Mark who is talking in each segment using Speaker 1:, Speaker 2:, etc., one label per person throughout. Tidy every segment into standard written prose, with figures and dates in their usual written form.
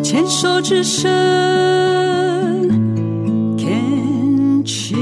Speaker 1: 牵手之声 Can Cheers，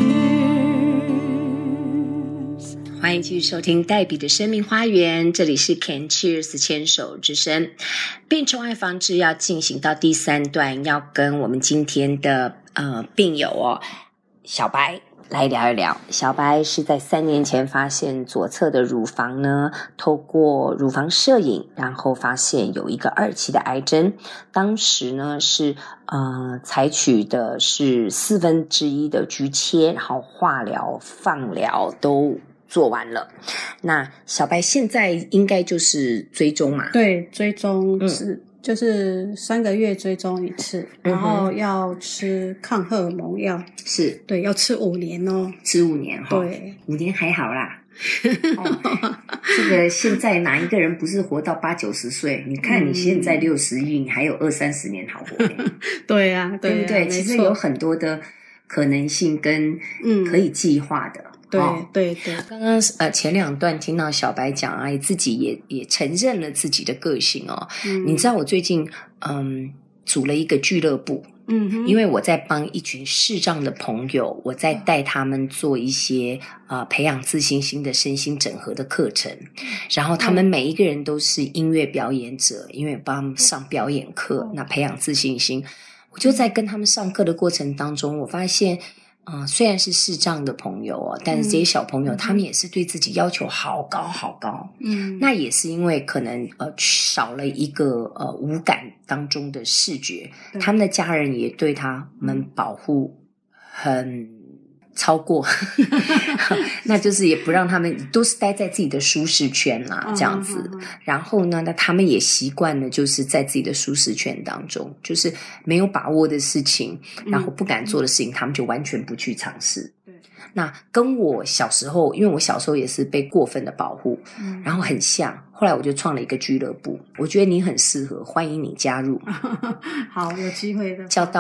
Speaker 2: 欢迎继续收听黛比的生命花园，这里是 Can Cheers 牵手之声。病虫害防治要进行到第3段，要跟我们今天的病友小白来聊一聊。小白是在3年前发现左侧的乳房呢，透过乳房摄影，然后发现有一个2期的癌症。当时呢是采取的是1/4的局切，然后化疗、放疗都做完了。那小白现在应该就是追踪嘛？
Speaker 3: 对，追踪是就是3个月追踪一次，然后要吃抗荷尔蒙药，
Speaker 2: 是，
Speaker 3: 对，要吃5年哦，
Speaker 2: 吃5年哈，
Speaker 3: 对
Speaker 2: ，5年还好啦。这个现在哪一个人不是活到80-90岁？你看你现在61，你还有20-30年好活呢。
Speaker 3: 对啊，
Speaker 2: 对不对？其实有很多的可能性跟可以计划的。
Speaker 3: 对对对，
Speaker 2: 刚刚前2段听到小白讲啊，自己也承认了自己的个性哦。你知道我最近组了一个俱乐部，因为我在帮一群视障的朋友，我在带他们做一些培养自信心的身心整合的课程，然后他们每一个人都是音乐表演者，因为帮他们上表演课，那培养自信心。我就在跟他们上课的过程当中，我发现虽然是视障的朋友但是这些小朋友他们也是对自己要求好高好高。那也是因为可能少了一个五感当中的视觉，他们的家人也对他们保护很超过那就是也不让他们都是待在自己的舒适圈啦，这样子。然后呢，那他们也习惯了就是在自己的舒适圈当中，就是没有把握的事情，然后不敢做的事情，他们就完全不去尝试。那跟我小时候，因为我小时候也是被过分的保护，然后很像。后来我就创了一个俱乐部，我觉得你很适合，欢迎你加入。
Speaker 3: 好，有机会的。
Speaker 2: 叫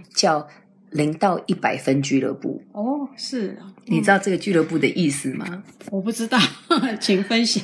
Speaker 2: 0到100分俱乐部。
Speaker 3: 哦，是。
Speaker 2: 你知道这个俱乐部的意思吗？
Speaker 3: 我不知道，请分享。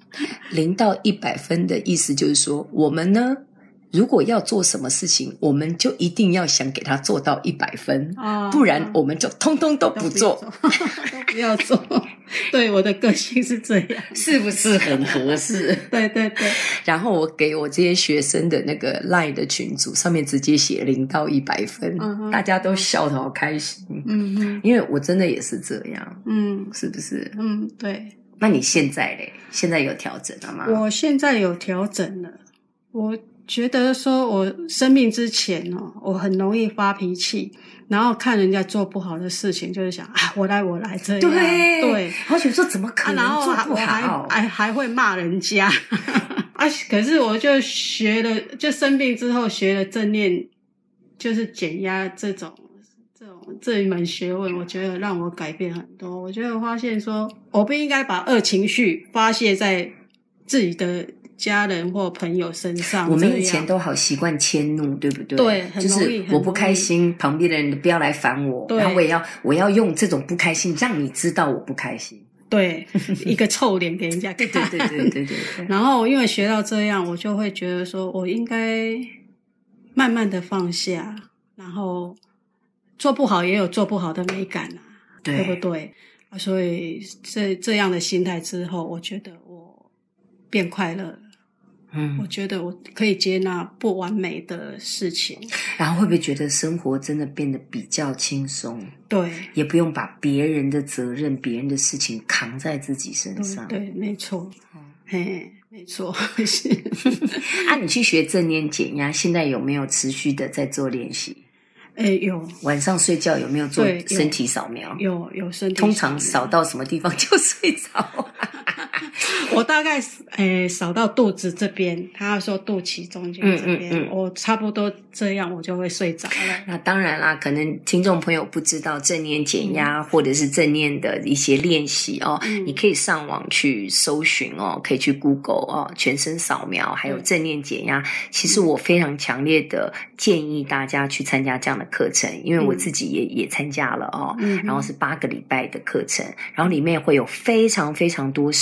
Speaker 2: 0到100分的意思就是说，我们呢，如果要做什么事情，我们就一定要想给它做到100分，不然我们就通通都不做，
Speaker 3: 都不要做。对，我的个性是这样，
Speaker 2: 是不是很合适？
Speaker 3: 对对对。
Speaker 2: 然后我给我这些学生的那个 LINE 的群组上面直接写0到100分，大家都笑得好开心。因为我真的也是这样。是不是？
Speaker 3: 对。
Speaker 2: 那你现在嘞？现在有调整了吗？
Speaker 3: 我现在有调整了。我觉得说我生病之前我很容易发脾气，然后看人家做不好的事情，就是想我来这样。对，
Speaker 2: 然后觉得说怎么可能做不好，
Speaker 3: 还会骂人家可是我就学了，就生病之后学了正念，就是减压这一门学问，我觉得让我改变很多。我觉得发现说我不应该把恶情绪发泄在自己的家人或朋友身上。
Speaker 2: 我们以前都好习惯迁怒，对不对？
Speaker 3: 对，很容易。
Speaker 2: 就是我不开心，旁边的人不要来烦我，然后我要用这种不开心让你知道我不开心。
Speaker 3: 对，一个臭脸给人家看。
Speaker 2: 对。
Speaker 3: 然后因为学到这样，我就会觉得说我应该慢慢的放下，然后做不好也有做不好的美感对不对？所以这样的心态之后，我觉得我变快乐了。我觉得我可以接纳不完美的事情，
Speaker 2: 然后会不会觉得生活真的变得比较轻松？
Speaker 3: 对，
Speaker 2: 也不用把别人的责任、别人的事情扛在自己身上。
Speaker 3: 对，没错。没错。是
Speaker 2: 你去学正念减压，现在有没有持续的在做练习？
Speaker 3: 有。
Speaker 2: 晚上睡觉有没有做身体扫描？
Speaker 3: 有身体扫描。
Speaker 2: 通常扫到什么地方就睡着？
Speaker 3: 我大概扫到肚子这边，他说肚脐中间这边，我差不多这样我就会睡着了。
Speaker 2: 那当然啦，可能听众朋友不知道正念减压或者是正念的一些练习你可以上网去搜寻可以去 Google 全身扫描还有正念减压。其实我非常强烈的建议大家去参加这样的课程，因为我自己也参加了然后是8个礼拜的课程，然后里面会有非常非常多实用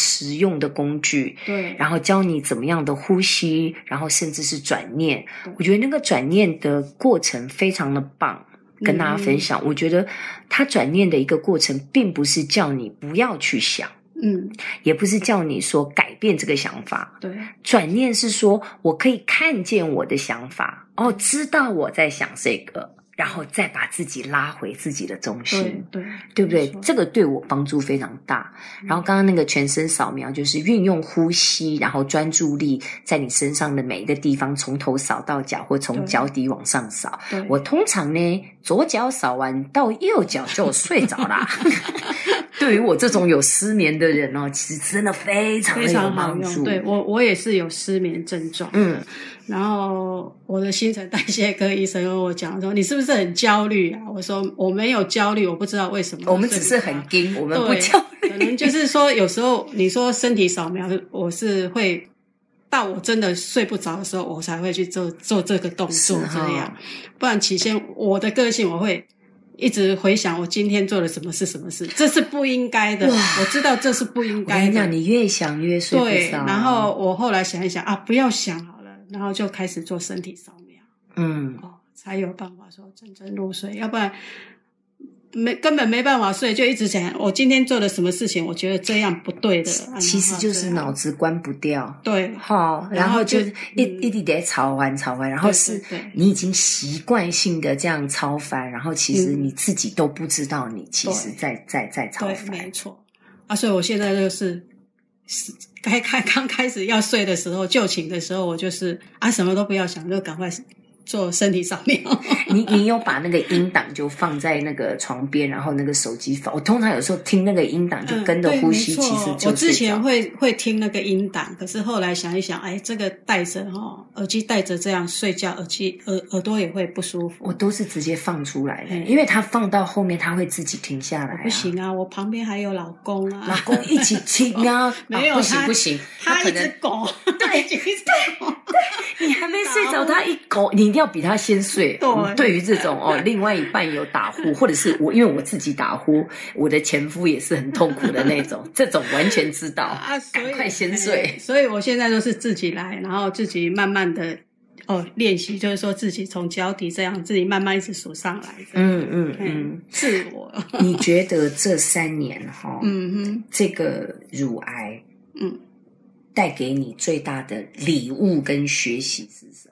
Speaker 2: 用的工具，
Speaker 3: 对，
Speaker 2: 然后教你怎么样的呼吸，然后甚至是转念。我觉得那个转念的过程非常的棒，跟大家分享。我觉得他转念的一个过程，并不是叫你不要去想，也不是叫你说改变这个想法。
Speaker 3: 对，
Speaker 2: 转念是说我可以看见我的想法，知道我在想这个，然后再把自己拉回自己的中心，对不对？这个对我帮助非常大。然后刚刚那个全身扫描，就是运用呼吸，然后专注力在你身上的每一个地方，从头扫到脚，或从脚底往上扫。我通常呢，左脚扫完到右脚就睡着啦。对于我这种有失眠的人哦，其实真的非常的有帮助。
Speaker 3: 对，我也是有失眠症状。然后我的新陈代谢科医生跟我讲说，你是不是很焦虑啊？我说我没有焦虑，我不知道为什么。
Speaker 2: 我们只是很惊，我们不焦虑。
Speaker 3: 可能就是说有时候你说身体扫描，我是会到我真的睡不着的时候，我才会去做这个动作这样。不然起先我的个性我会一直回想我今天做了什么事，这是不应该的。我知道这是不应该的。
Speaker 2: 我跟你讲，你越想越睡不着。
Speaker 3: 对，然后我后来想一想啊，不要想好了，然后就开始做身体扫描。才有办法说真正入睡，要不然根本没办法睡，就一直想我今天做了什么事情，我觉得这样不对的。
Speaker 2: 其实就是脑子关不掉。
Speaker 3: 对，
Speaker 2: 然后就一直得吵完，然后是你已经习惯性的这样超凡，然后其实你自己都不知道你其实在超凡。
Speaker 3: 对，没错。所以我现在就是刚开始要睡的时候，就寝的时候，我就是什么都不要想，就赶快做身体扫描。
Speaker 2: 你有把那个音档就放在那个床边，然后那个手机放。我通常有时候听那个音档就跟着呼吸，其实就
Speaker 3: 我之前会听那个音档，可是后来想一想，这个戴着耳机戴着这样睡觉，耳朵也会不舒服。
Speaker 2: 我都是直接放出来的，因为它放到后面它会自己停下来。
Speaker 3: 不行啊，我旁边还有老公啊，
Speaker 2: 老公一起听啊。
Speaker 3: 没有，
Speaker 2: 不行，
Speaker 3: 他一直狗，
Speaker 2: 对，你还没睡着，他一狗，你一定要比他先睡。对于这种另外一半有打呼，或者是因为我自己打呼，我的前夫也是很痛苦的那种，这种完全知道，赶快先睡。
Speaker 3: 所以我现在都是自己来，然后自己慢慢的练习，就是说自己从脚底这样自己慢慢一直数上来。自我。
Speaker 2: 你觉得这3年这个乳癌带给你最大的礼物跟学习是什么？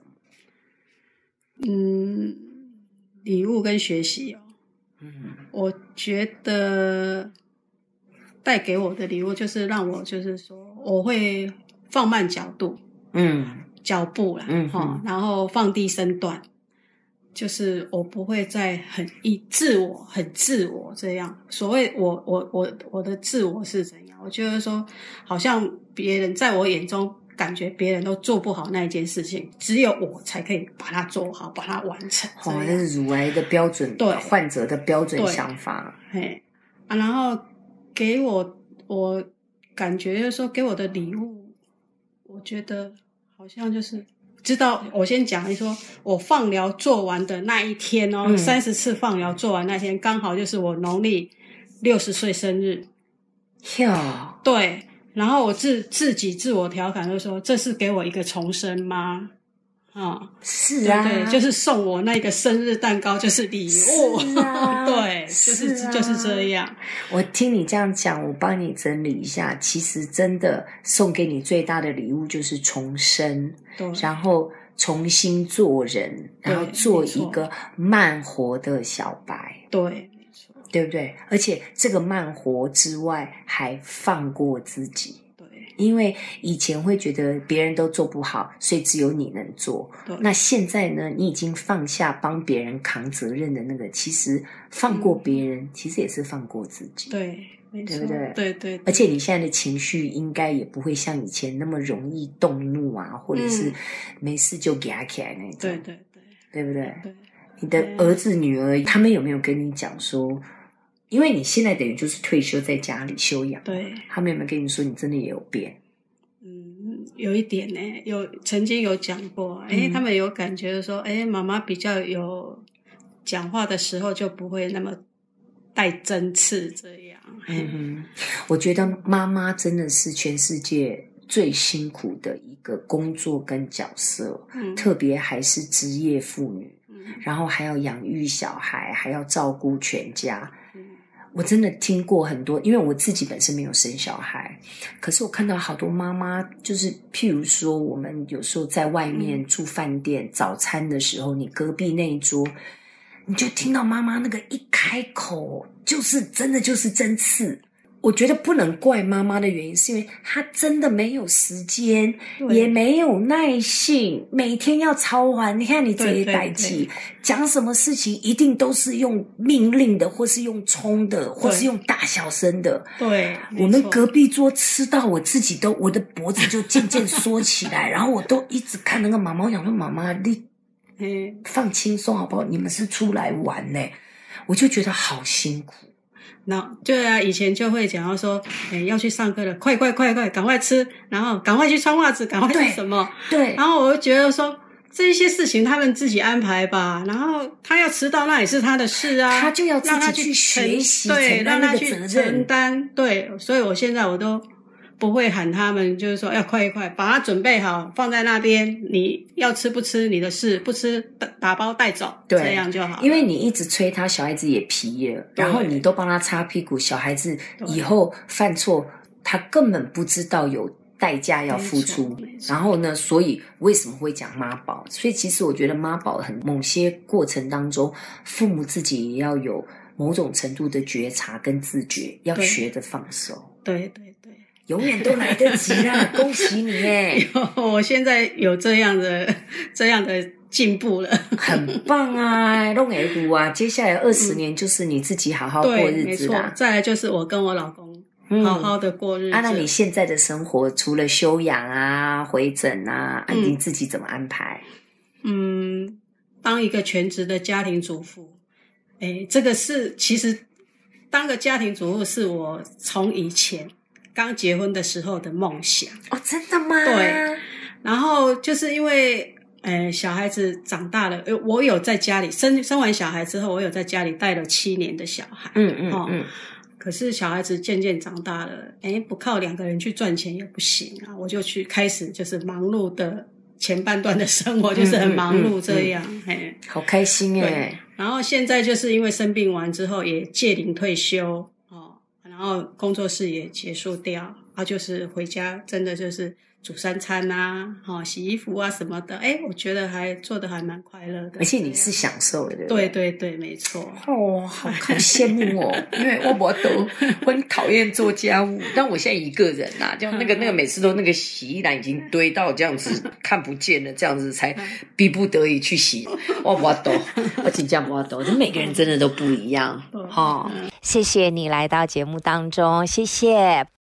Speaker 3: 礼物跟学习我觉得带给我的礼物就是让我就是说我会放慢脚步啦，然后放低身段，就是我不会再很自我这样。所谓我的自我是怎样？我觉得说好像别人在我眼中感觉别人都做不好那一件事情，只有我才可以把它做好，把它完成。
Speaker 2: 那是乳癌的标准，对患者的标准想法。
Speaker 3: 然后给我感觉就是说给我的礼物，我觉得好像就是知道。我先讲一说，我放疗做完的那一天30次放疗做完那天，刚好就是我农历60岁生日。对。然后我自己自我调侃就说，这是给我一个重生吗？
Speaker 2: 是啊，
Speaker 3: 对，就是送我那个生日蛋糕就是礼物。对，就是这样。
Speaker 2: 我听你这样讲，我帮你整理一下，其实真的送给你最大的礼物就是重生，然后重新做人，然后做一个慢活的小白。
Speaker 3: 对，
Speaker 2: 对不对？而且这个慢活之外还放过自己。
Speaker 3: 对，
Speaker 2: 因为以前会觉得别人都做不好，所以只有你能做。那现在呢，你已经放下帮别人扛责任的那个，其实放过别人其实也是放过自己。
Speaker 3: 对，没错，对不对？对。
Speaker 2: 而且你现在的情绪应该也不会像以前那么容易动怒啊，或者是没事就压起来那种。
Speaker 3: 对，
Speaker 2: 对不对？
Speaker 3: 对。
Speaker 2: 你的儿子女儿他们有没有跟你讲说，因为你现在等于就是退休在家里休养，
Speaker 3: 对，
Speaker 2: 他们有没有跟你说你真的也有变？
Speaker 3: 有一点呢，曾经有讲过，他们有感觉说，妈妈比较有讲话的时候就不会那么带针刺这样。
Speaker 2: 我觉得妈妈真的是全世界最辛苦的一个工作跟角色，特别还是职业妇女，然后还要养育小孩，还要照顾全家。我真的听过很多，因为我自己本身没有生小孩，可是我看到好多妈妈，就是譬如说我们有时候在外面住饭店，早餐的时候，你隔壁那一桌，你就听到妈妈那个一开口就是真的就是针刺。我觉得不能怪妈妈的原因，是因为她真的没有时间，也没有耐性，每天要操完。你看你这一代际讲什么事情，一定都是用命令的，或是用冲的，或是用大小声的。
Speaker 3: 对，
Speaker 2: 我们隔壁桌吃到我自己都，我的脖子就渐渐缩起来，然后我都一直看那个妈妈，我想说妈妈，你放轻松好不好？你们是出来玩呢，我就觉得好辛苦。
Speaker 3: 对啊，以前就会讲到说，要去上课了，快，赶快吃，然后赶快去穿袜子，赶快去什么？
Speaker 2: 对。
Speaker 3: 然后我就觉得说，这些事情他们自己安排吧，然后他要迟到那也是他的事啊，
Speaker 2: 他就要自己去学习，
Speaker 3: 对，
Speaker 2: 让他去
Speaker 3: 承担，对，所以我现在我都不会喊他们，就是说要快，把它准备好放在那边，你要吃不吃你的事，不吃打包带走，
Speaker 2: 对，
Speaker 3: 这样就好了。
Speaker 2: 因为你一直催他，小孩子也皮了，然后你都帮他擦屁股，小孩子以后犯错，他根本不知道有代价要付出。然后呢，所以为什么会讲妈宝？所以其实我觉得妈宝某些过程当中，父母自己也要有某种程度的觉察跟自觉，要学着放手。
Speaker 3: 对，
Speaker 2: 永远都来得及啦！恭喜你耶！
Speaker 3: 我现在有这样的进步了，
Speaker 2: 很棒啊！弄A股啊，接下来20年就是你自己好好过日子啦。
Speaker 3: 没错，再来就是我跟我老公好好的过日子。
Speaker 2: 那你现在的生活除了休养啊、回诊啊，你自己怎么安排？
Speaker 3: 当一个全职的家庭主妇，这个是其实当个家庭主妇是我从以前刚结婚的时候的梦想。
Speaker 2: 哦，真的吗？
Speaker 3: 对。然后就是因为小孩子长大了，我有在家里生完小孩之后，我有在家里带了7年的小孩。可是小孩子渐渐长大了，不靠2个人去赚钱也不行啊，我就去开始就是忙碌的前半段的生活，就是很忙碌这样。
Speaker 2: 好开心耶。
Speaker 3: 然后现在就是因为生病完之后也届龄退休然后工作室也结束掉，就是回家真的就是煮3餐啊，洗衣服啊什么的，我觉得还做得还蛮快乐的，
Speaker 2: 而且你是享受的，
Speaker 3: 对对对，没错。
Speaker 2: 好羡慕哦，因为我很讨厌做家务，但我现在一个人啊，就那个每次都那个洗衣篮已经堆到这样子看不见了，这样子才逼不得已去洗。我真的不懂，每个人真的都不一样。谢谢你来到节目当中，谢谢。